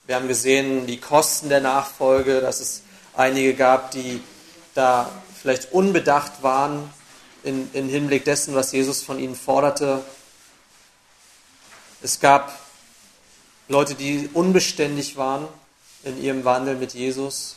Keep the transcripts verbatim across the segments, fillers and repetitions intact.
Wir haben gesehen, die Kosten der Nachfolge, dass es einige gab, die da vielleicht unbedacht waren in, in Hinblick dessen, was Jesus von ihnen forderte. Es gab Leute, die unbeständig waren in ihrem Wandel mit Jesus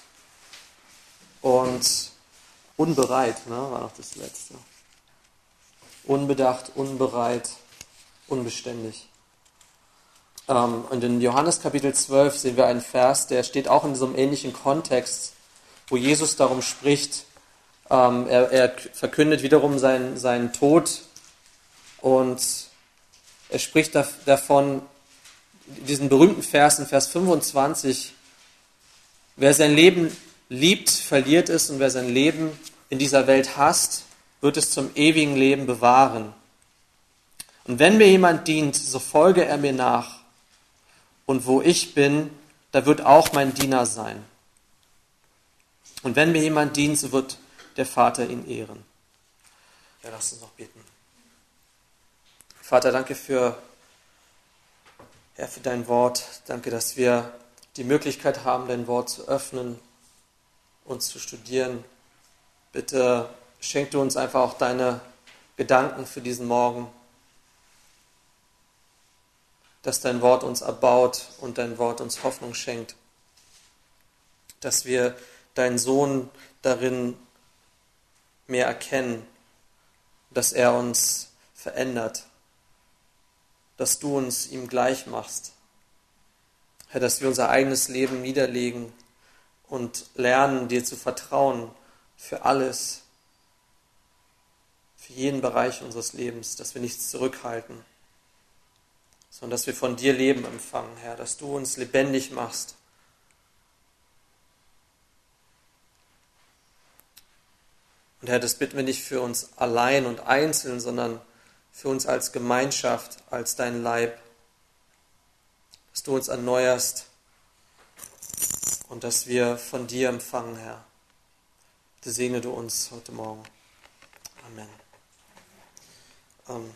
und unbereit, ne, war noch das Letzte. Unbedacht, unbereit, unbeständig. Ähm, und in Johannes Kapitel zwölf sehen wir einen Vers, der steht auch in so einem ähnlichen Kontext, wo Jesus darum spricht. Ähm, er, er verkündet wiederum seinen, seinen Tod und er spricht da, davon, diesen berühmten Vers in Vers fünfundzwanzig, wer sein Leben liebt, verliert es, und wer sein Leben in dieser Welt hasst, wird es zum ewigen Leben bewahren. Und wenn mir jemand dient, so folge er mir nach. Und wo ich bin, da wird auch mein Diener sein. Und wenn mir jemand dient, so wird der Vater ihn ehren. Ja, lass uns noch beten. Vater, danke für, Herr, für dein Wort. Danke, dass wir die Möglichkeit haben, dein Wort zu öffnen und zu studieren. Bitte schenk du uns einfach auch deine Gedanken für diesen Morgen, dass dein Wort uns erbaut und dein Wort uns Hoffnung schenkt, dass wir deinen Sohn darin mehr erkennen, dass er uns verändert, dass du uns ihm gleich machst. Herr, dass wir unser eigenes Leben niederlegen und lernen, dir zu vertrauen für alles, für jeden Bereich unseres Lebens, dass wir nichts zurückhalten, sondern dass wir von dir Leben empfangen, Herr, dass du uns lebendig machst. Und Herr, das bitten wir nicht für uns allein und einzeln, sondern für uns als Gemeinschaft, als dein Leib, dass du uns erneuerst und dass wir von dir empfangen, Herr. Bitte segne du uns heute Morgen. Amen. Ähm,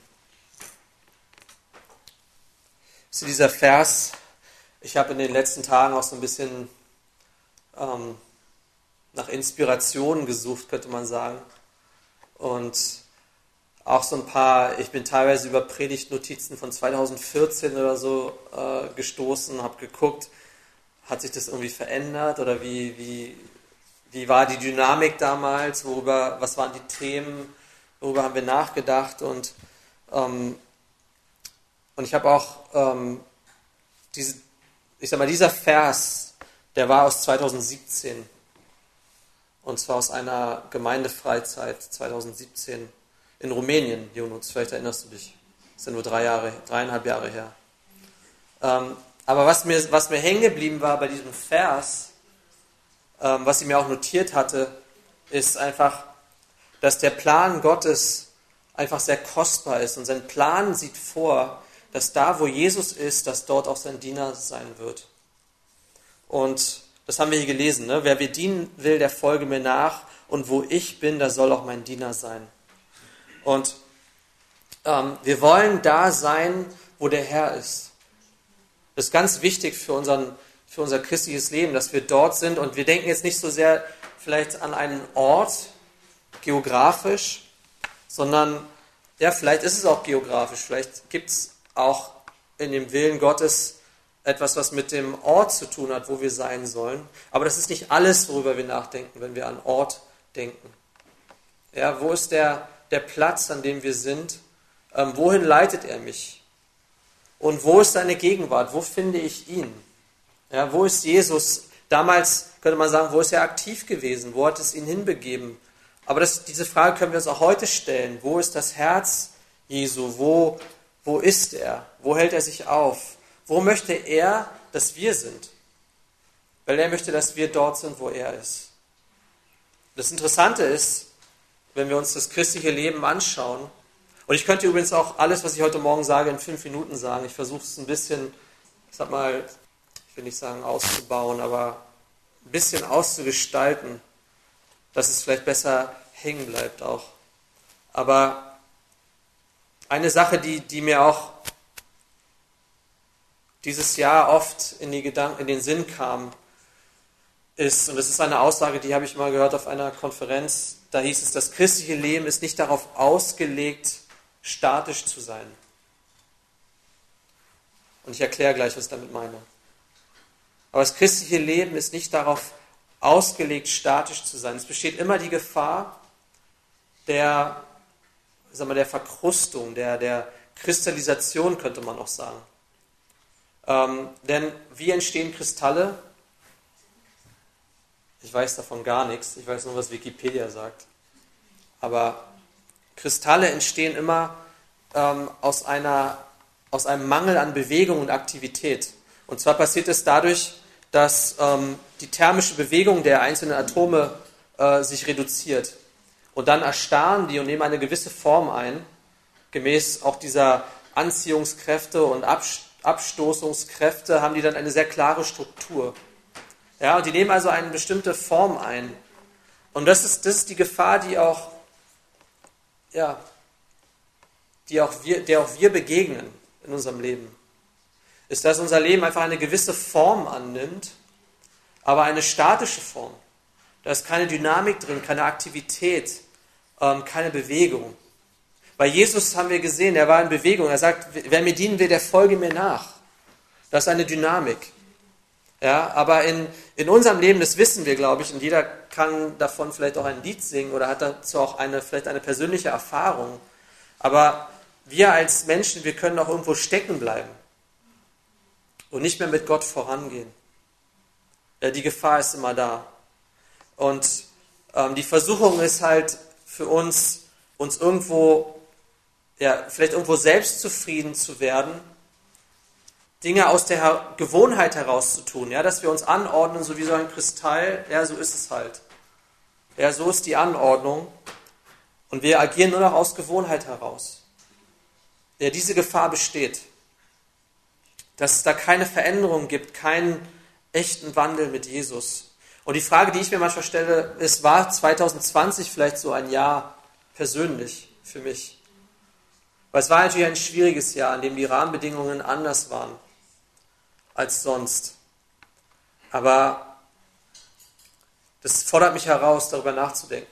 zu dieser Vers, ich habe in den letzten Tagen auch so ein bisschen ähm, nach Inspiration gesucht, könnte man sagen. Und auch so ein paar, ich bin teilweise über Predigtnotizen von zweitausendvierzehn oder so äh, gestoßen, habe geguckt, hat sich das irgendwie verändert oder wie, wie, wie war die Dynamik damals, worüber, was waren die Themen, worüber haben wir nachgedacht und, ähm, und ich habe auch ähm, diese, ich sag mal, dieser Vers, der war aus zweitausendsiebzehn und zwar aus einer Gemeindefreizeit zweitausendsiebzehn in Rumänien, Jonas, vielleicht erinnerst du dich. Das sind nur drei Jahre, dreieinhalb Jahre her. Ähm, aber was mir, was mir hängen geblieben war bei diesem Vers, ähm, was ich mir auch notiert hatte, ist einfach, dass der Plan Gottes einfach sehr kostbar ist. Und sein Plan sieht vor, dass da, wo Jesus ist, dass dort auch sein Diener sein wird. Und das haben wir hier gelesen. Ne? Wer mir dienen will, der folge mir nach. Und wo ich bin, da soll auch mein Diener sein. Und ähm, wir wollen da sein, wo der Herr ist. Das ist ganz wichtig für, unseren, für unser christliches Leben, dass wir dort sind. Und wir denken jetzt nicht so sehr vielleicht an einen Ort, geografisch, sondern, ja, vielleicht ist es auch geografisch. Vielleicht gibt es auch in dem Willen Gottes etwas, was mit dem Ort zu tun hat, wo wir sein sollen. Aber das ist nicht alles, worüber wir nachdenken, wenn wir an Ort denken. Ja, wo ist der... der Platz, an dem wir sind, ähm, wohin leitet er mich? Und wo ist seine Gegenwart? Wo finde ich ihn? Ja, wo ist Jesus? Damals könnte man sagen, wo ist er aktiv gewesen? Wo hat es ihn hinbegeben? Aber das, diese Frage können wir uns auch heute stellen. Wo ist das Herz Jesu? Wo, wo ist er? Wo hält er sich auf? Wo möchte er, dass wir sind? Weil er möchte, dass wir dort sind, wo er ist. Das Interessante ist, wenn wir uns das christliche Leben anschauen, und ich könnte übrigens auch alles, was ich heute Morgen sage, in fünf Minuten sagen. Ich versuche es ein bisschen, ich sag mal, ich will nicht sagen auszubauen, aber ein bisschen auszugestalten, dass es vielleicht besser hängen bleibt auch. Aber eine Sache, die, die mir auch dieses Jahr oft in, die Gedanken, in den Sinn kam, ist, und das ist eine Aussage, die habe ich mal gehört auf einer Konferenz, da hieß es, das christliche Leben ist nicht darauf ausgelegt, statisch zu sein. Und ich erkläre gleich, was ich damit meine. Aber das christliche Leben ist nicht darauf ausgelegt, statisch zu sein. Es besteht immer die Gefahr der, sagen wir, der Verkrustung, der, der Kristallisation, könnte man auch sagen. Ähm, denn wie entstehen Kristalle? Ich weiß davon gar nichts. Ich weiß nur, was Wikipedia sagt. Aber Kristalle entstehen immer ähm, aus, einer, aus einem Mangel an Bewegung und Aktivität. Und zwar passiert es dadurch, dass ähm, die thermische Bewegung der einzelnen Atome äh, sich reduziert. Und dann erstarren die und nehmen eine gewisse Form ein, gemäß auch dieser Anziehungskräfte und Abstoßungskräfte haben die dann eine sehr klare Struktur. Ja, und die nehmen also eine bestimmte Form ein. Und das ist, das ist die Gefahr, die auch, ja, die auch wir, der auch wir begegnen in unserem Leben. Ist, dass unser Leben einfach eine gewisse Form annimmt, aber eine statische Form. Da ist keine Dynamik drin, keine Aktivität, ähm, keine Bewegung. Bei Jesus haben wir gesehen, er war in Bewegung. Er sagt, wer mir dienen will, der folge mir nach. Das ist eine Dynamik. Ja, aber in, in unserem Leben, das wissen wir, glaube ich, und jeder kann davon vielleicht auch ein Lied singen oder hat dazu auch eine, vielleicht eine persönliche Erfahrung. Aber wir als Menschen, wir können auch irgendwo stecken bleiben und nicht mehr mit Gott vorangehen. Ja, die Gefahr ist immer da. Und ähm, die Versuchung ist halt für uns, uns irgendwo, ja, vielleicht irgendwo selbstzufrieden zu werden, Dinge aus der Gewohnheit heraus zu tun, ja, dass wir uns anordnen, so wie so ein Kristall, ja, so ist es halt. Ja, so ist die Anordnung. Und wir agieren nur noch aus Gewohnheit heraus. Ja, diese Gefahr besteht. Dass es da keine Veränderung gibt, keinen echten Wandel mit Jesus. Und die Frage, die ich mir manchmal stelle, ist, war zwanzig zwanzig vielleicht so ein Jahr persönlich für mich? Weil es war natürlich ein schwieriges Jahr, in dem die Rahmenbedingungen anders waren als sonst. Aber das fordert mich heraus, darüber nachzudenken.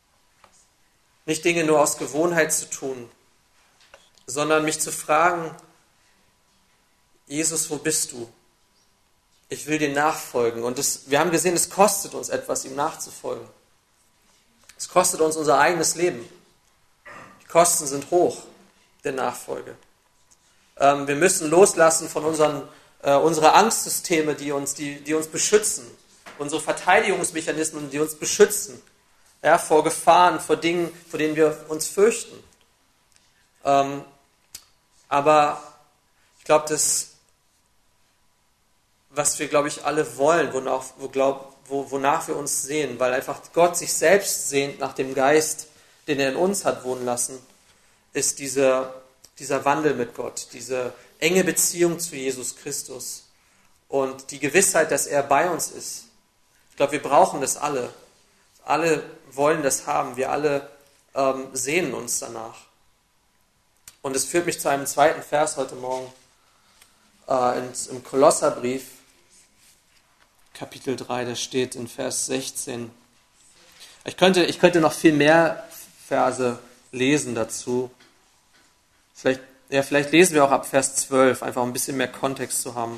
Nicht Dinge nur aus Gewohnheit zu tun, sondern mich zu fragen, Jesus, wo bist du? Ich will dir nachfolgen. Und das, wir haben gesehen, es kostet uns etwas, ihm nachzufolgen. Es kostet uns unser eigenes Leben. Die Kosten sind hoch der Nachfolge. Ähm, wir müssen loslassen von unseren äh, unsere Angstsysteme, die uns, die, die uns beschützen. Unsere Verteidigungsmechanismen, die uns beschützen. Ja, vor Gefahren, vor Dingen, vor denen wir uns fürchten. Ähm, aber ich glaube, das, was wir, glaube ich, alle wollen, wonach, wo, glaub, wo, wonach wir uns sehen, weil einfach Gott sich selbst sehnt nach dem Geist, den er in uns hat wohnen lassen, ist diese, dieser Wandel mit Gott, diese enge Beziehung zu Jesus Christus und die Gewissheit, dass er bei uns ist. Ich glaube, wir brauchen das alle. Alle wollen das haben. Wir alle ähm, sehnen uns danach. Und es führt mich zu einem zweiten Vers heute Morgen äh, ins, im Kolosserbrief, Kapitel drei, da steht in Vers sechzehn. Ich könnte, ich könnte noch viel mehr Verse lesen dazu. Vielleicht, ja, vielleicht lesen wir auch ab Vers zwölf, einfach um ein bisschen mehr Kontext zu haben.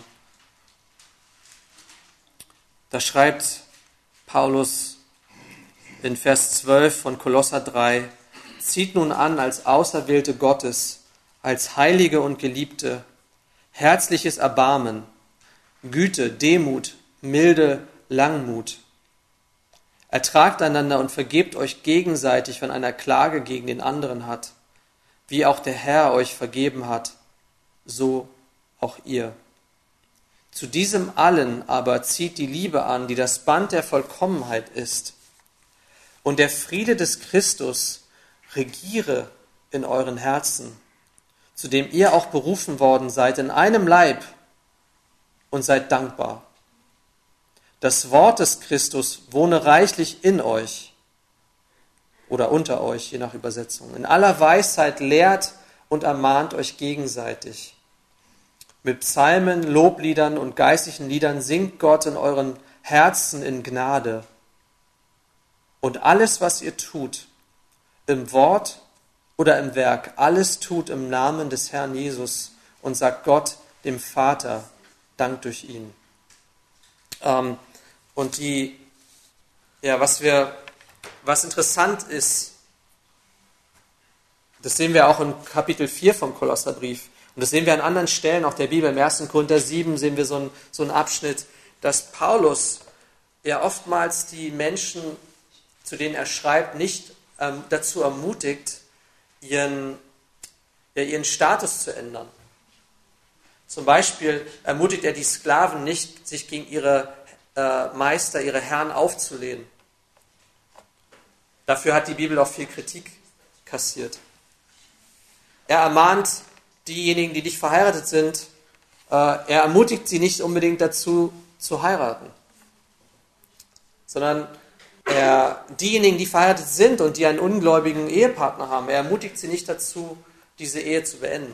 Da schreibt Paulus in Vers zwölf von Kolosser drei, zieht nun an als Auserwählte Gottes, als Heilige und Geliebte, herzliches Erbarmen, Güte, Demut, Milde, Langmut. Ertragt einander und vergebt euch gegenseitig, wenn einer Klage gegen den anderen hat, wie auch der Herr euch vergeben hat, so auch ihr. Zu diesem allen aber zieht die Liebe an, die das Band der Vollkommenheit ist. Und der Friede des Christus regiere in euren Herzen, zu dem ihr auch berufen worden seid in einem Leib, und seid dankbar. Das Wort des Christus wohne reichlich in euch oder unter euch, je nach Übersetzung. In aller Weisheit lehrt und ermahnt euch gegenseitig Mit Psalmen, Lobliedern und geistlichen Liedern singt Gott in euren Herzen in Gnade. Und alles, was ihr tut, im Wort oder im Werk, alles tut im Namen des Herrn Jesus und sagt Gott, dem Vater, Dank durch ihn. Ähm, und die, ja, was wir, was interessant ist, das sehen wir auch in Kapitel vier vom Kolosserbrief. Und das sehen wir an anderen Stellen auch der Bibel. Im ersten Korinther sieben sehen wir so einen, so einen Abschnitt, dass Paulus ja oftmals die Menschen, zu denen er schreibt, nicht ähm, dazu ermutigt, ihren, ja, ihren Status zu ändern. Zum Beispiel ermutigt er die Sklaven nicht, sich gegen ihre äh, Meister, ihre Herren aufzulehnen. Dafür hat die Bibel auch viel Kritik kassiert. Er ermahnt diejenigen, die nicht verheiratet sind, äh, er ermutigt sie nicht unbedingt dazu, zu heiraten. Sondern er, diejenigen, die verheiratet sind und die einen ungläubigen Ehepartner haben, er ermutigt sie nicht dazu, diese Ehe zu beenden.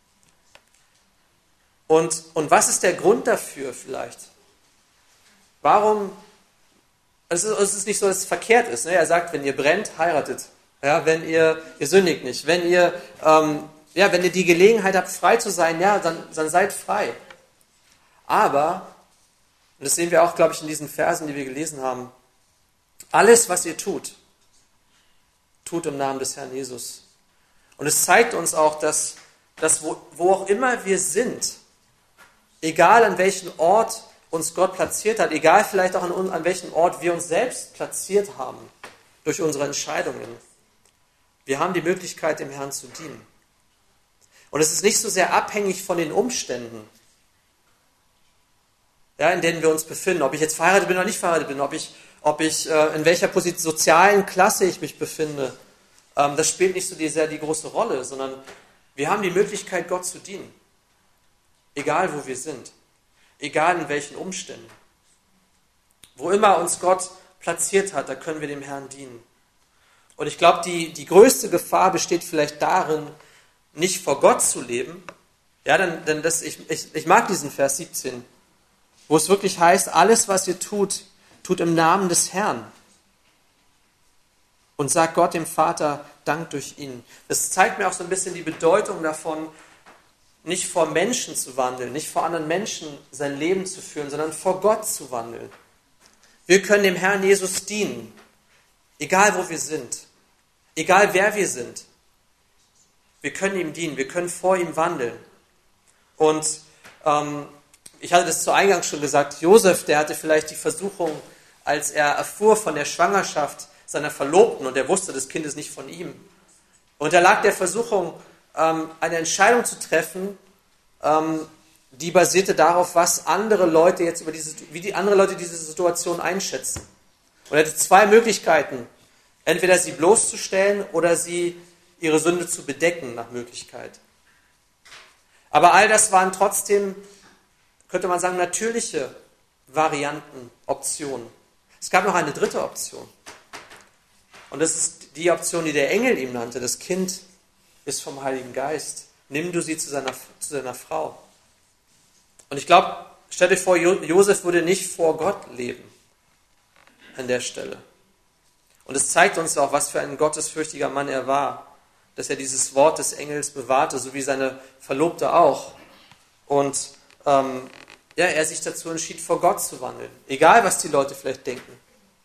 Und, und was ist der Grund dafür vielleicht? Warum? Es ist, es ist nicht so, dass es verkehrt ist. Ne? Er sagt, wenn ihr brennt, heiratet. Ja, wenn ihr, ihr sündigt nicht. Wenn ihr, ähm, ja, wenn ihr die Gelegenheit habt, frei zu sein, ja, dann, dann seid frei. Aber, und das sehen wir auch, glaube ich, in diesen Versen, die wir gelesen haben, alles, was ihr tut, tut im Namen des Herrn Jesus. Und es zeigt uns auch, dass, dass wo, wo auch immer wir sind, egal an welchem Ort uns Gott platziert hat, egal vielleicht auch an, an welchem Ort wir uns selbst platziert haben, durch unsere Entscheidungen, wir haben die Möglichkeit, dem Herrn zu dienen. Und es ist nicht so sehr abhängig von den Umständen, ja, in denen wir uns befinden, ob ich jetzt verheiratet bin oder nicht verheiratet bin, ob ich, ob ich äh, in welcher Position, sozialen Klasse ich mich befinde. Ähm, das spielt nicht so die, sehr die große Rolle, sondern wir haben die Möglichkeit, Gott zu dienen. Egal, wo wir sind. Egal, in welchen Umständen. Wo immer uns Gott platziert hat, da können wir dem Herrn dienen. Und ich glaube, die, die größte Gefahr besteht vielleicht darin, nicht vor Gott zu leben. Ja, denn, denn das, ich, ich, ich mag diesen Vers siebzehn, wo es wirklich heißt, alles, was ihr tut, tut im Namen des Herrn. Und sagt Gott dem Vater, Dank durch ihn. Das zeigt mir auch so ein bisschen die Bedeutung davon, nicht vor Menschen zu wandeln, nicht vor anderen Menschen sein Leben zu führen, sondern vor Gott zu wandeln. Wir können dem Herrn Jesus dienen, egal wo wir sind, egal wer wir sind. Wir können ihm dienen, wir können vor ihm wandeln. Und ähm, ich hatte das zu Eingang schon gesagt, Josef, der hatte vielleicht die Versuchung, als er erfuhr von der Schwangerschaft seiner Verlobten und er wusste, das Kind ist nicht von ihm. Und er lag der Versuchung, ähm, eine Entscheidung zu treffen, ähm, die basierte darauf, was andere Leute jetzt über diese, wie die andere Leute diese Situation einschätzen. Und er hatte zwei Möglichkeiten. Entweder sie bloßzustellen oder sie ihre Sünde zu bedecken, nach Möglichkeit. Aber all das waren trotzdem, könnte man sagen, natürliche Varianten, Optionen. Es gab noch eine dritte Option. Und das ist die Option, die der Engel ihm nannte. Das Kind ist vom Heiligen Geist. Nimm du sie zu seiner, zu seiner Frau. Und ich glaube, stell dir vor, Josef würde nicht vor Gott leben an der Stelle. Und es zeigt uns auch, was für ein gottesfürchtiger Mann er war, dass er dieses Wort des Engels bewahrte, so wie seine Verlobte auch. Und ähm, ja, er sich dazu entschied, vor Gott zu wandeln, egal was die Leute vielleicht denken.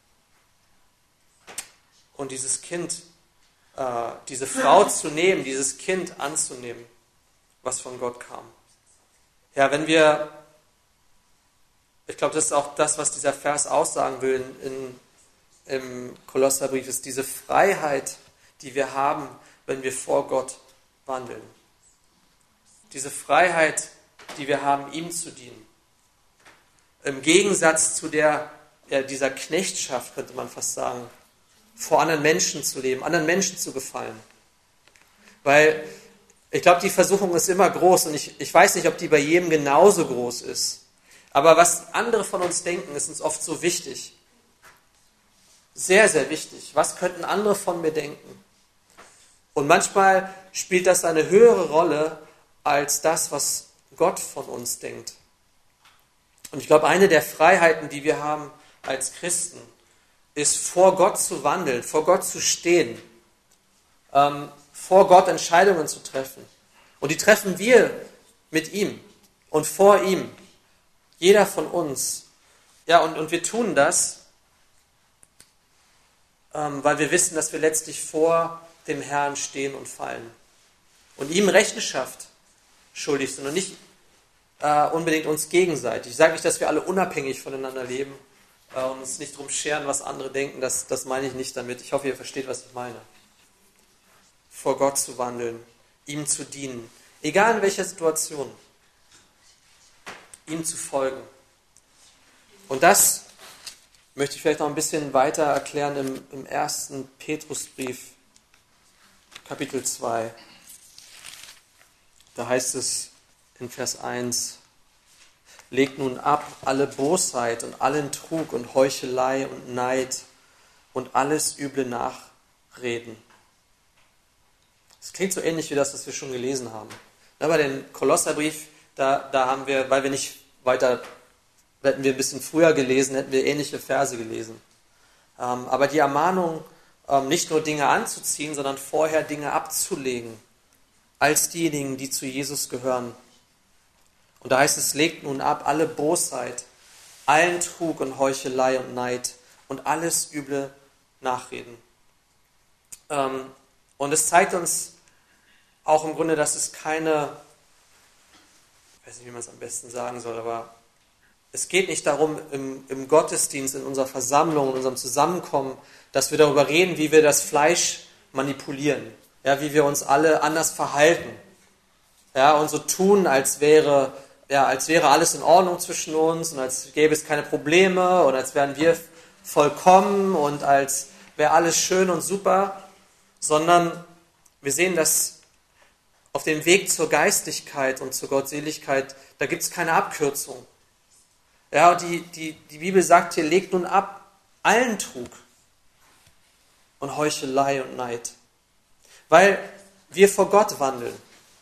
Und dieses Kind, äh, diese Frau zu nehmen, dieses Kind anzunehmen, was von Gott kam. Ja, wenn wir, ich glaube, das ist auch das, was dieser Vers aussagen will in, in, im Kolosserbrief, ist diese Freiheit, die wir haben, wenn wir vor Gott wandeln. Diese Freiheit, die wir haben, ihm zu dienen. Im Gegensatz zu der, ja, dieser Knechtschaft, könnte man fast sagen, vor anderen Menschen zu leben, anderen Menschen zu gefallen. Weil ich glaube, die Versuchung ist immer groß und ich, ich weiß nicht, ob die bei jedem genauso groß ist. Aber was andere von uns denken, ist uns oft so wichtig. Sehr, sehr wichtig. Was könnten andere von mir denken? Und manchmal spielt das eine höhere Rolle als das, was Gott von uns denkt. Und ich glaube, eine der Freiheiten, die wir haben als Christen, ist, vor Gott zu wandeln, vor Gott zu stehen, ähm, vor Gott Entscheidungen zu treffen. Und die treffen wir mit ihm und vor ihm. Jeder von uns. Ja, und, und wir tun das, ähm, weil wir wissen, dass wir letztlich vor dem Herrn stehen und fallen. Und ihm Rechenschaft schuldig sind und nicht äh, unbedingt uns gegenseitig. Ich sage nicht, dass wir alle unabhängig voneinander leben äh, und uns nicht drum scheren, was andere denken. Das, das meine ich nicht damit. Ich hoffe, ihr versteht, was ich meine. Vor Gott zu wandeln, ihm zu dienen, egal in welcher Situation, ihm zu folgen. Und das möchte ich vielleicht noch ein bisschen weiter erklären im, im ersten Petrusbrief, Kapitel zwei. Da heißt es in Vers eins, legt nun ab alle Bosheit und allen Trug und Heuchelei und Neid und alles üble Nachreden. Das klingt so ähnlich wie das, was wir schon gelesen haben. Na, bei dem Kolosserbrief, da, da haben wir, weil wir nicht weiter, hätten wir ein bisschen früher gelesen, hätten wir ähnliche Verse gelesen. Ähm, aber die Ermahnung, ähm, nicht nur Dinge anzuziehen, sondern vorher Dinge abzulegen, als diejenigen, die zu Jesus gehören. Und da heißt es, legt nun ab alle Bosheit, allen Trug und Heuchelei und Neid und alles üble Nachreden. Ähm, und es zeigt uns auch im Grunde, dass es keine, ich weiß nicht, wie man es am besten sagen soll, aber es geht nicht darum, im, im Gottesdienst, in unserer Versammlung, in unserem Zusammenkommen, dass wir darüber reden, wie wir das Fleisch manipulieren, ja, wie wir uns alle anders verhalten, ja, und so tun, als wäre, ja, als wäre alles in Ordnung zwischen uns und als gäbe es keine Probleme und als wären wir vollkommen und als wäre alles schön und super, sondern wir sehen, dass auf dem Weg zur Geistlichkeit und zur Gottseligkeit, da gibt es keine Abkürzung. Ja, und die, die, die Bibel sagt hier, legt nun ab allen Trug und Heuchelei und Neid. Weil wir vor Gott wandeln.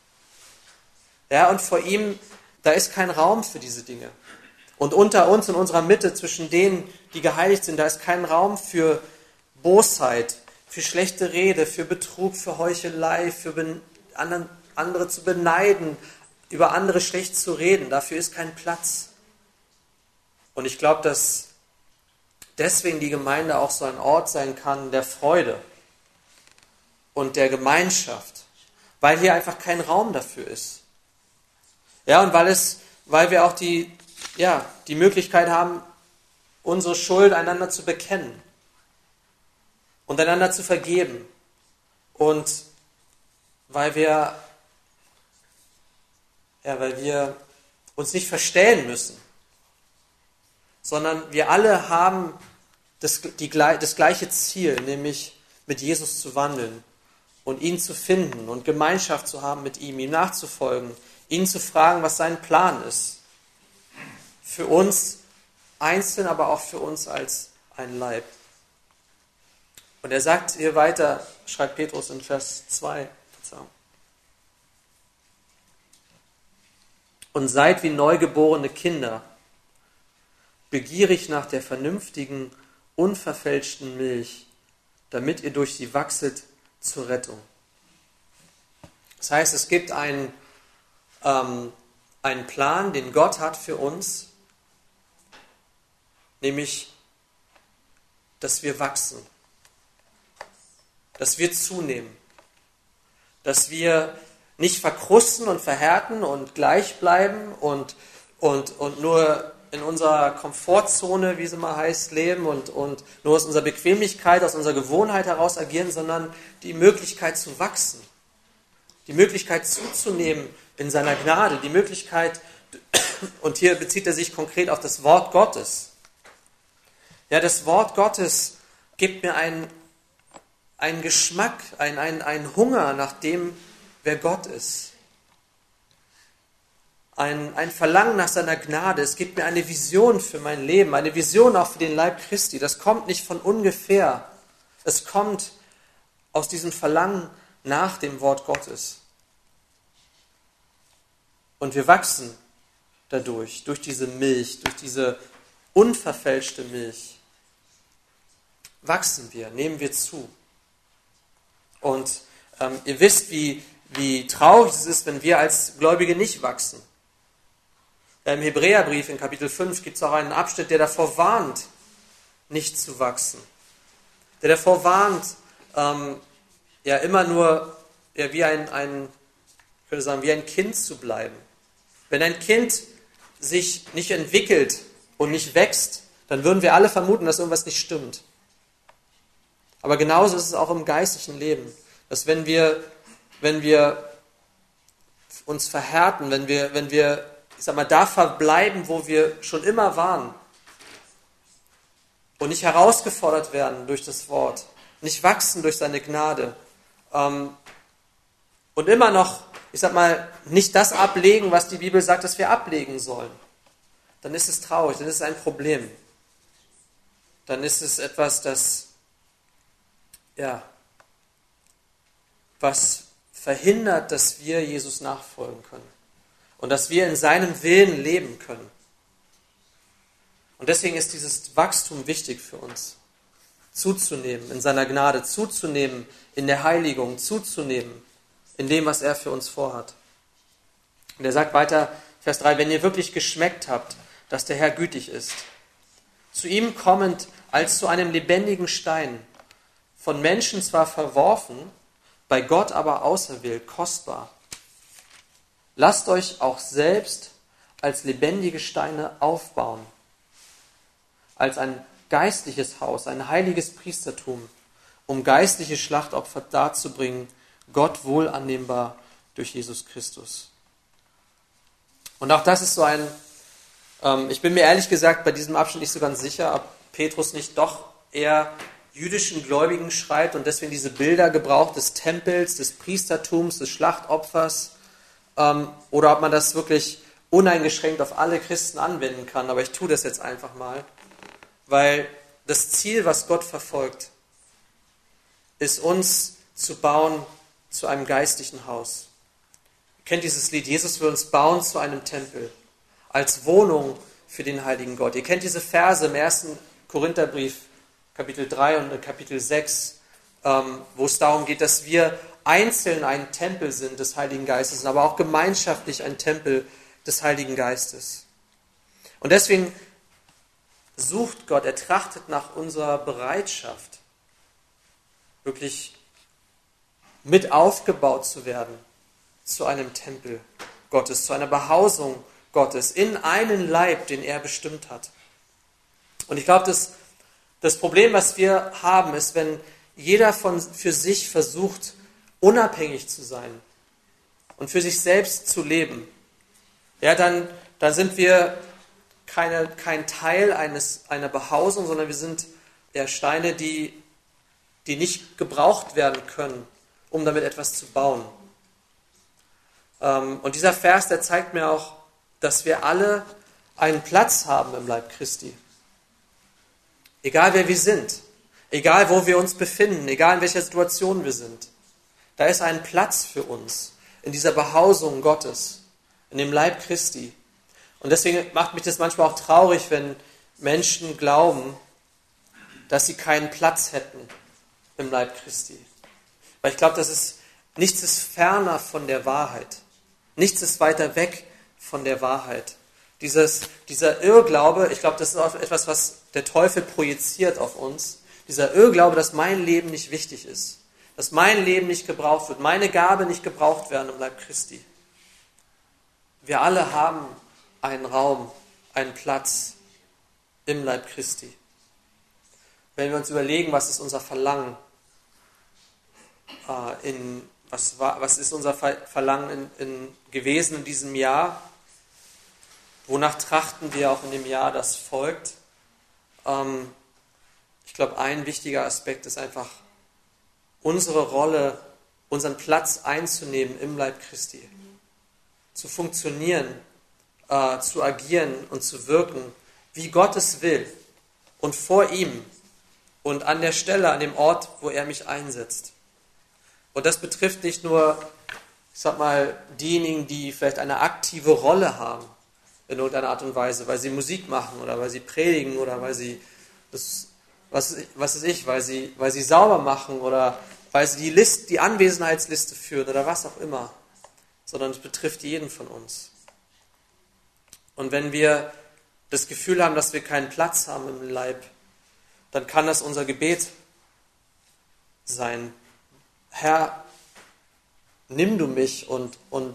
Ja, und vor ihm, da ist kein Raum für diese Dinge. Und unter uns, in unserer Mitte, zwischen denen, die geheiligt sind, da ist kein Raum für Bosheit, für schlechte Rede, für Betrug, für Heuchelei, für ben, anderen, andere zu beneiden, über andere schlecht zu reden. Dafür ist kein Platz. Und ich glaube, dass deswegen die Gemeinde auch so ein Ort sein kann der Freude und der Gemeinschaft, weil hier einfach kein Raum dafür ist. Ja, und weil es, weil wir auch die, ja, die Möglichkeit haben, unsere Schuld einander zu bekennen und einander zu vergeben. Und weil wir, ja, weil wir uns nicht verstellen müssen, sondern wir alle haben das, die, das gleiche Ziel, nämlich mit Jesus zu wandeln und ihn zu finden und Gemeinschaft zu haben mit ihm, ihm nachzufolgen, ihn zu fragen, was sein Plan ist. Für uns einzeln, aber auch für uns als ein Leib. Und er sagt hier weiter, schreibt Petrus in Vers zwei, und seid wie neugeborene Kinder, begierig nach der vernünftigen, unverfälschten Milch, damit ihr durch sie wachset zur Rettung. Das heißt, es gibt einen, ähm, einen Plan, den Gott hat für uns, nämlich, dass wir wachsen, dass wir zunehmen, dass wir nicht verkrusten und verhärten und gleich bleiben und, und, und nur in unserer Komfortzone, wie sie mal heißt, leben und, und nur aus unserer Bequemlichkeit, aus unserer Gewohnheit heraus agieren, sondern die Möglichkeit zu wachsen, die Möglichkeit zuzunehmen in seiner Gnade, die Möglichkeit, und hier bezieht er sich konkret auf das Wort Gottes. Ja, das Wort Gottes gibt mir einen, einen Geschmack, einen, einen, einen Hunger nach dem, wer Gott ist. Ein, ein Verlangen nach seiner Gnade. Es gibt mir eine Vision für mein Leben, eine Vision auch für den Leib Christi. Das kommt nicht von ungefähr. Es kommt aus diesem Verlangen nach dem Wort Gottes. Und wir wachsen dadurch, durch diese Milch, durch diese unverfälschte Milch. Wachsen wir, nehmen wir zu. Und ähm, ihr wisst, wie, wie traurig es ist, wenn wir als Gläubige nicht wachsen. Im Hebräerbrief in Kapitel fünf gibt es auch einen Abschnitt, der davor warnt, nicht zu wachsen. Der davor warnt, ähm, ja immer nur ja, wie ein, ein, ich würde sagen, wie ein Kind zu bleiben. Wenn ein Kind sich nicht entwickelt und nicht wächst, dann würden wir alle vermuten, dass irgendwas nicht stimmt. Aber genauso ist es auch im geistlichen Leben, dass wenn wir, wenn wir uns verhärten, wenn wir, wenn wir, ich sag mal, da verbleiben, wo wir schon immer waren und nicht herausgefordert werden durch das Wort, nicht wachsen durch seine Gnade ähm, und immer noch, ich sag mal, nicht das ablegen, was die Bibel sagt, dass wir ablegen sollen, dann ist es traurig, dann ist es ein Problem. Dann ist es etwas, das, ja, was verhindert, dass wir Jesus nachfolgen können und dass wir in seinem Willen leben können. Und deswegen ist dieses Wachstum wichtig für uns. Zuzunehmen in seiner Gnade, zuzunehmen in der Heiligung, zuzunehmen in dem, was er für uns vorhat. Und er sagt weiter, Vers drei, wenn ihr wirklich geschmeckt habt, dass der Herr gütig ist, zu ihm kommend als zu einem lebendigen Stein, von Menschen zwar verworfen, bei Gott aber auserwählt, kostbar. Lasst euch auch selbst als lebendige Steine aufbauen, als ein geistliches Haus, ein heiliges Priestertum, um geistliche Schlachtopfer darzubringen, Gott wohl annehmbar durch Jesus Christus. Und auch das ist so ein, ähm, ich bin mir ehrlich gesagt bei diesem Abschnitt nicht so ganz sicher, ob Petrus nicht doch eher jüdischen Gläubigen schreibt und deswegen diese Bilder gebraucht des Tempels, des Priestertums, des Schlachtopfers, ähm, oder ob man das wirklich uneingeschränkt auf alle Christen anwenden kann. Aber ich tue das jetzt einfach mal, weil das Ziel, was Gott verfolgt, ist, uns zu bauen zu einem geistlichen Haus. Ihr kennt dieses Lied, Jesus will uns bauen zu einem Tempel, als Wohnung für den heiligen Gott. Ihr kennt diese Verse im ersten Korintherbrief, Kapitel drei und Kapitel sechs, ähm, wo es darum geht, dass wir einzeln ein Tempel sind des Heiligen Geistes, aber auch gemeinschaftlich ein Tempel des Heiligen Geistes. Und deswegen sucht Gott, er trachtet nach unserer Bereitschaft, wirklich mit aufgebaut zu werden zu einem Tempel Gottes, zu einer Behausung Gottes, in einen Leib, den er bestimmt hat. Und ich glaube, das, das Problem, was wir haben, ist, wenn jeder von, für sich versucht, unabhängig zu sein und für sich selbst zu leben, ja, dann, dann sind wir keine, kein Teil eines, einer Behausung, sondern wir sind ja, Steine, die, die nicht gebraucht werden können, um damit etwas zu bauen. Ähm, und dieser Vers, der zeigt mir auch, dass wir alle einen Platz haben im Leib Christi. Egal wer wir sind, egal wo wir uns befinden, egal in welcher Situation wir sind, da ist ein Platz für uns in dieser Behausung Gottes, in dem Leib Christi. Und deswegen macht mich das manchmal auch traurig, wenn Menschen glauben, dass sie keinen Platz hätten im Leib Christi. Weil ich glaube, das ist, nichts ist ferner von der Wahrheit. Nichts ist weiter weg von der Wahrheit. Dieses, dieser Irrglaube, ich glaube, das ist auch etwas, was der Teufel projiziert auf uns. Dieser Irrglaube, dass mein Leben nicht wichtig ist. Dass mein Leben nicht gebraucht wird, meine Gabe nicht gebraucht werden im Leib Christi. Wir alle haben einen Raum, einen Platz im Leib Christi. Wenn wir uns überlegen, was ist unser Verlangen, äh, in, was, war, was ist unser Verlangen in, in, gewesen in diesem Jahr, wonach trachten wir auch in dem Jahr, das folgt. Ähm, ich glaube, ein wichtiger Aspekt ist einfach, unsere Rolle, unseren Platz einzunehmen im Leib Christi, zu funktionieren, äh, zu agieren und zu wirken, wie Gott es will und vor ihm und an der Stelle, an dem Ort, wo er mich einsetzt. Und das betrifft nicht nur ich sag mal, diejenigen, die vielleicht eine aktive Rolle haben in irgendeiner Art und Weise, weil sie Musik machen oder weil sie predigen oder weil sie, das, was, was weiß ich, weil sie, weil sie sauber machen oder weil sie die, List, die Anwesenheitsliste führen oder was auch immer, sondern es betrifft jeden von uns. Und wenn wir das Gefühl haben, dass wir keinen Platz haben im Leib, dann kann das unser Gebet sein. Herr, nimm du mich und, und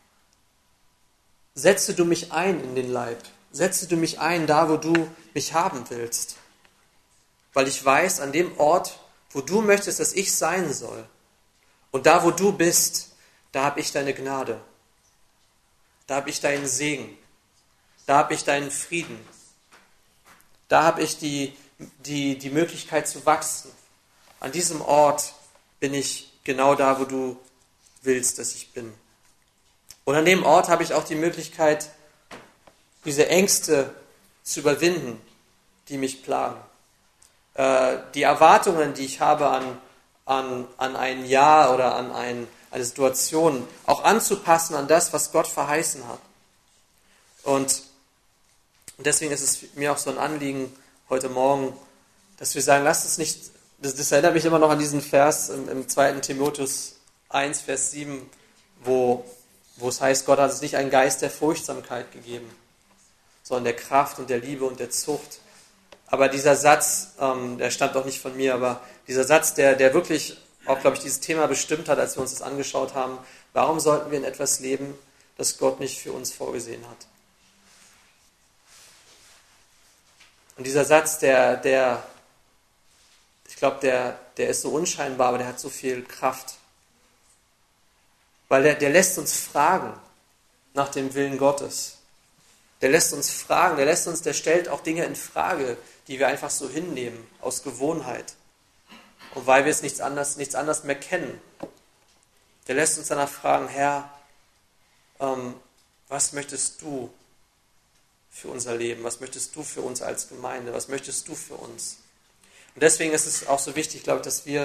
setze du mich ein in den Leib. Setze du mich ein, da wo du mich haben willst. Weil ich weiß, an dem Ort, wo du möchtest, dass ich sein soll, und da wo du bist, da habe ich deine Gnade. Da habe ich deinen Segen. Da habe ich deinen Frieden. Da habe ich die, die, die Möglichkeit zu wachsen. An diesem Ort bin ich genau da, wo du willst, dass ich bin. Und an dem Ort habe ich auch die Möglichkeit, diese Ängste zu überwinden, die mich plagen. Äh, die Erwartungen, die ich habe an, an, an ein Jahr oder an ein, eine Situation, auch anzupassen an das, was Gott verheißen hat. Und deswegen ist es mir auch so ein Anliegen heute Morgen, dass wir sagen, lasst uns nicht, das, das erinnert mich immer noch an diesen Vers im, im zweiten Timotheus eins, Vers sieben, wo, wo es heißt, Gott hat uns nicht einen Geist der Furchtsamkeit gegeben, sondern der Kraft und der Liebe und der Zucht. Aber dieser Satz, ähm, der stammt auch nicht von mir, aber dieser Satz, der, der wirklich auch, glaube ich, dieses Thema bestimmt hat, als wir uns das angeschaut haben, warum sollten wir in etwas leben, das Gott nicht für uns vorgesehen hat? Und dieser Satz, der, der ich glaube, der, der ist so unscheinbar, aber der hat so viel Kraft. Weil der, der lässt uns fragen nach dem Willen Gottes. Der lässt uns fragen, der lässt uns, der stellt auch Dinge in Frage, die wir einfach so hinnehmen, aus Gewohnheit. Und weil wir es nichts anderes, nichts anderes mehr kennen. Der lässt uns danach fragen, Herr, ähm, was möchtest du für unser Leben? Was möchtest du für uns als Gemeinde? Was möchtest du für uns? Und deswegen ist es auch so wichtig, glaube ich, dass wir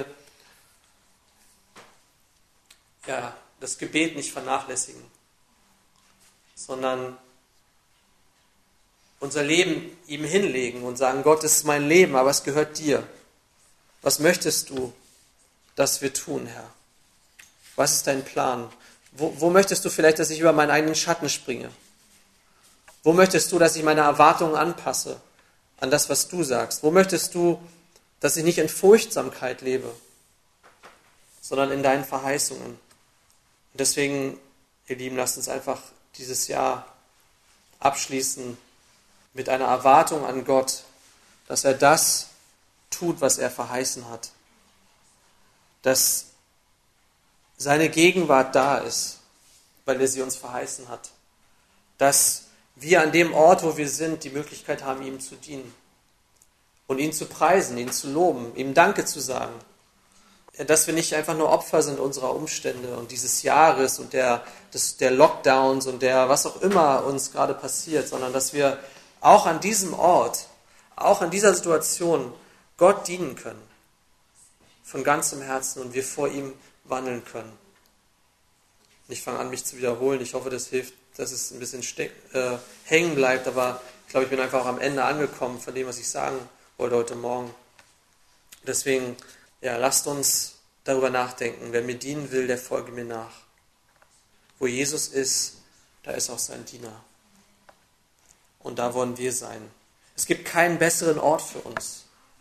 ja, das Gebet nicht vernachlässigen, sondern unser Leben ihm hinlegen und sagen, Gott, es ist mein Leben, aber es gehört dir. Was möchtest du, dass wir tun, Herr? Was ist dein Plan? Wo, wo möchtest du vielleicht, dass ich über meinen eigenen Schatten springe? Wo möchtest du, dass ich meine Erwartungen anpasse an das, was du sagst? Wo möchtest du, dass ich nicht in Furchtsamkeit lebe, sondern in deinen Verheißungen? Und deswegen, ihr Lieben, lasst uns einfach dieses Jahr abschließen mit einer Erwartung an Gott, dass er das tut, was er verheißen hat. Dass seine Gegenwart da ist, weil er sie uns verheißen hat. Dass wir an dem Ort, wo wir sind, die Möglichkeit haben, ihm zu dienen. Und ihn zu preisen, ihn zu loben, ihm Danke zu sagen. Dass wir nicht einfach nur Opfer sind unserer Umstände und dieses Jahres und der, des, der Lockdowns und der was auch immer uns gerade passiert, sondern dass wir auch an diesem Ort, auch in dieser Situation Gott dienen können. Von ganzem Herzen und wir vor ihm wandeln können. Und ich fange an, mich zu wiederholen. Ich hoffe, das hilft, dass es ein bisschen steck, äh, hängen bleibt, aber ich glaube, ich bin einfach am Ende angekommen von dem, was ich sagen wollte heute Morgen. Deswegen, ja, lasst uns darüber nachdenken. Wer mir dienen will, der folge mir nach. Wo Jesus ist, da ist auch sein Diener. Und da wollen wir sein. Es gibt keinen besseren Ort für uns.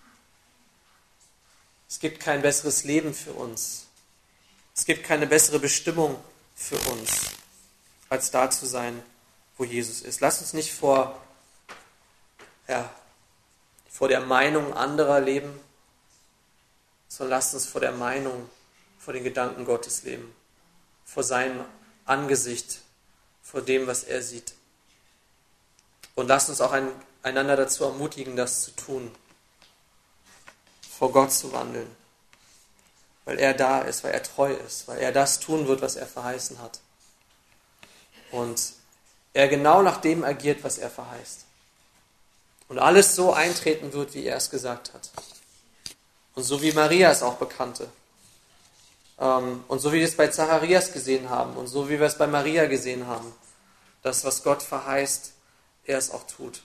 Es gibt kein besseres Leben für uns. Es gibt keine bessere Bestimmung für uns, als da zu sein, wo Jesus ist. Lasst uns nicht vor, ja, vor der Meinung anderer leben, sondern lasst uns vor der Meinung, vor den Gedanken Gottes leben. Vor seinem Angesicht, vor dem, was er sieht. Und lasst uns auch ein, einander dazu ermutigen, das zu tun. Vor Gott zu wandeln. Weil er da ist, weil er treu ist, weil er das tun wird, was er verheißen hat. Und er genau nach dem agiert, was er verheißt. Und alles so eintreten wird, wie er es gesagt hat. Und so wie Maria es auch bekannte. Ähm, und so wie wir es bei Zacharias gesehen haben und so wie wir es bei Maria gesehen haben, das, was Gott verheißt, er es auch tut.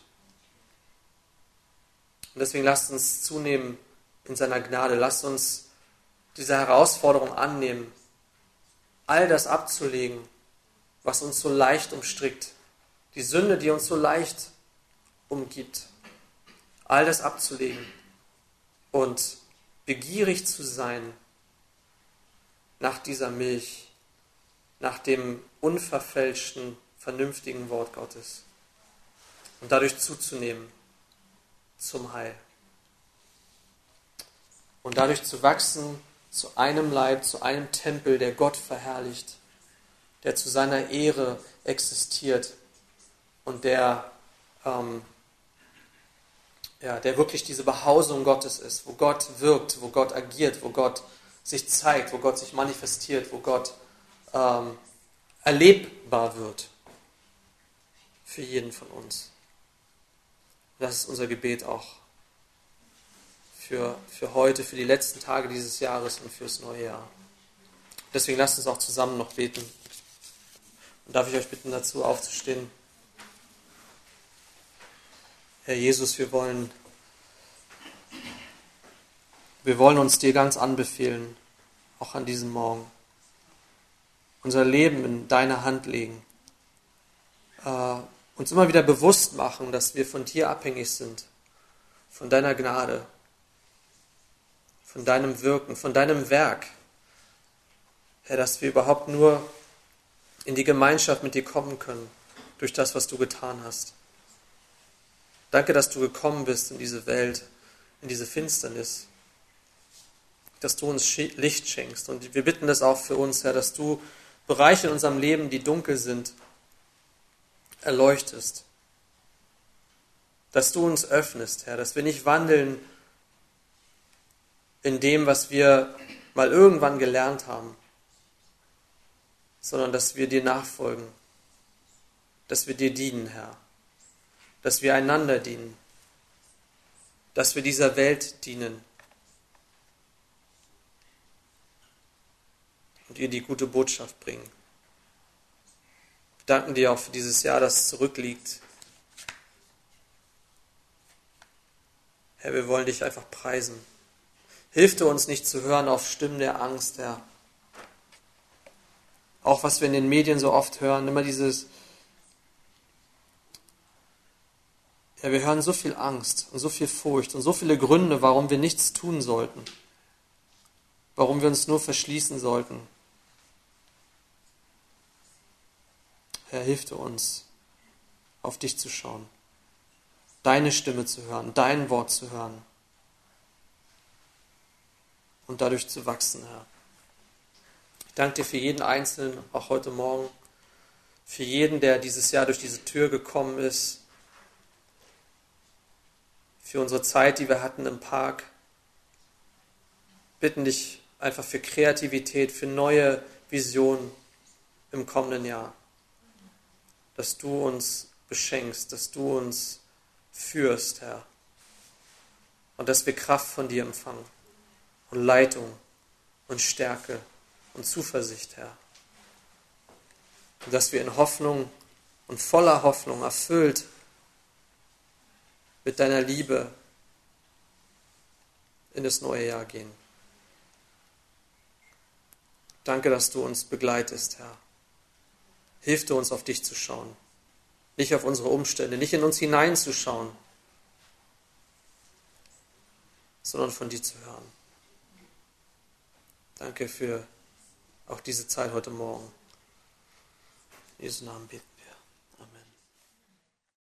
Und deswegen lasst uns zunehmen in seiner Gnade. Lasst uns diese Herausforderung annehmen, all das abzulegen, was uns so leicht umstrickt, die Sünde, die uns so leicht umgibt, all das abzulegen und begierig zu sein nach dieser Milch, nach dem unverfälschten, vernünftigen Wort Gottes und dadurch zuzunehmen zum Heil. Und dadurch zu wachsen zu einem Leib, zu einem Tempel, der Gott verherrlicht, der zu seiner Ehre existiert und der, ähm, ja, der wirklich diese Behausung Gottes ist, wo Gott wirkt, wo Gott agiert, wo Gott sich zeigt, wo Gott sich manifestiert, wo Gott ähm, erlebbar wird für jeden von uns. Das ist unser Gebet auch für, für heute, für die letzten Tage dieses Jahres und fürs neue Jahr. Deswegen lasst uns auch zusammen noch beten. Und darf ich euch bitten, dazu aufzustehen? Herr Jesus, wir wollen, wir wollen uns dir ganz anbefehlen, auch an diesem Morgen. Unser Leben in deine Hand legen. Äh, uns immer wieder bewusst machen, dass wir von dir abhängig sind. Von deiner Gnade. Von deinem Wirken, von deinem Werk. Herr, dass wir überhaupt nur in die Gemeinschaft mit dir kommen können, durch das, was du getan hast. Danke, dass du gekommen bist in diese Welt, in diese Finsternis, dass du uns Licht schenkst. Und wir bitten das auch für uns, Herr, dass du Bereiche in unserem Leben, die dunkel sind, erleuchtest. Dass du uns öffnest, Herr, dass wir nicht wandeln in dem, was wir mal irgendwann gelernt haben, sondern dass wir dir nachfolgen, dass wir dir dienen, Herr, dass wir einander dienen, dass wir dieser Welt dienen und ihr die gute Botschaft bringen. Wir danken dir auch für dieses Jahr, das zurückliegt. Herr, wir wollen dich einfach preisen. Hilf du uns nicht zu hören auf Stimmen der Angst, Herr. Auch was wir in den Medien so oft hören, immer dieses, ja, wir hören so viel Angst und so viel Furcht und so viele Gründe, warum wir nichts tun sollten, warum wir uns nur verschließen sollten. Herr, hilf du uns, auf dich zu schauen, deine Stimme zu hören, dein Wort zu hören und dadurch zu wachsen, Herr. Ich danke dir für jeden Einzelnen, auch heute Morgen, für jeden, der dieses Jahr durch diese Tür gekommen ist, für unsere Zeit, die wir hatten im Park. Bitten dich einfach für Kreativität, für neue Visionen im kommenden Jahr. Dass du uns beschenkst, dass du uns führst, Herr. Und dass wir Kraft von dir empfangen und Leitung und Stärke und Zuversicht, Herr. Und dass wir in Hoffnung und voller Hoffnung erfüllt mit deiner Liebe in das neue Jahr gehen. Danke, dass du uns begleitest, Herr. Hilf du uns, auf dich zu schauen, nicht auf unsere Umstände, nicht in uns hineinzuschauen, sondern von dir zu hören. Danke für auch diese Zeit heute Morgen. In Jesu Namen beten.